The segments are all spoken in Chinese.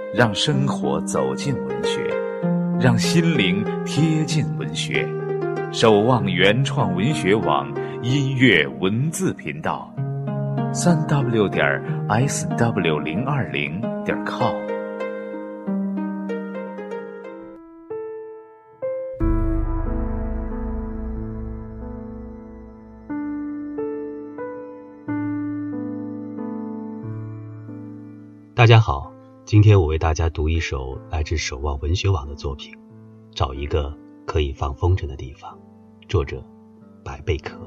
让生活走进文学，让心灵贴近文学。守望原创文学网音乐文字频道3w.sw020.com。 大家好，今天我为大家读一首来自守望文学网的作品，找一个可以放风筝的地方，作者白贝壳。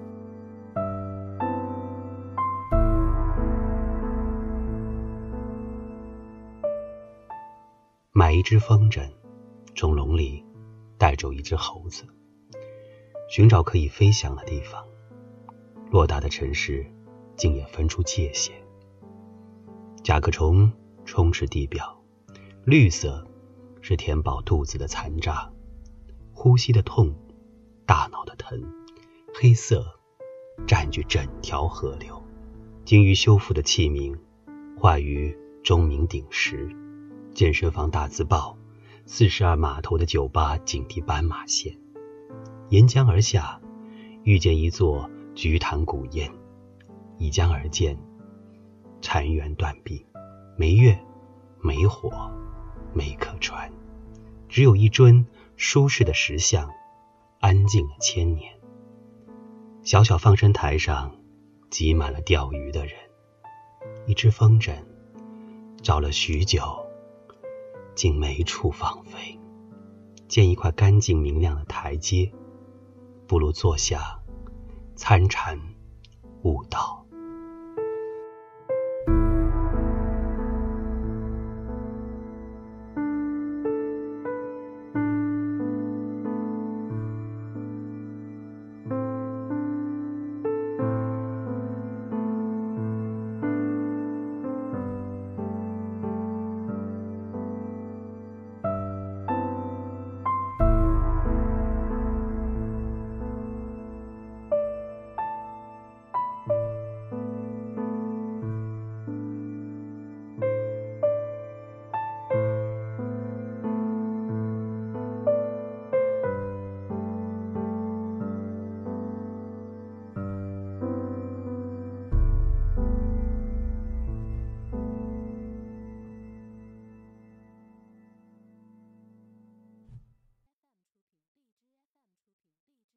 买一只风筝，从笼里带走一只猴子，寻找可以飞翔的地方。偌大的城市竟也分出界限。甲壳虫充斥地表，绿色是填饱肚子的残渣，呼吸的痛，大脑的疼，黑色占据整条河流。精于修复的器皿化于钟鸣鼎食，健身房大字报，42码头的酒吧警惕斑马线。沿江而下，遇见一座菊坛古堰，依江而建，残垣断壁，没月，没火，没客船，只有一尊舒适的石像，安静了1000年。小小放生台上挤满了钓鱼的人，一只风筝找了许久，竟没处放飞。见一块干净明亮的台阶，不如坐下参禅悟道。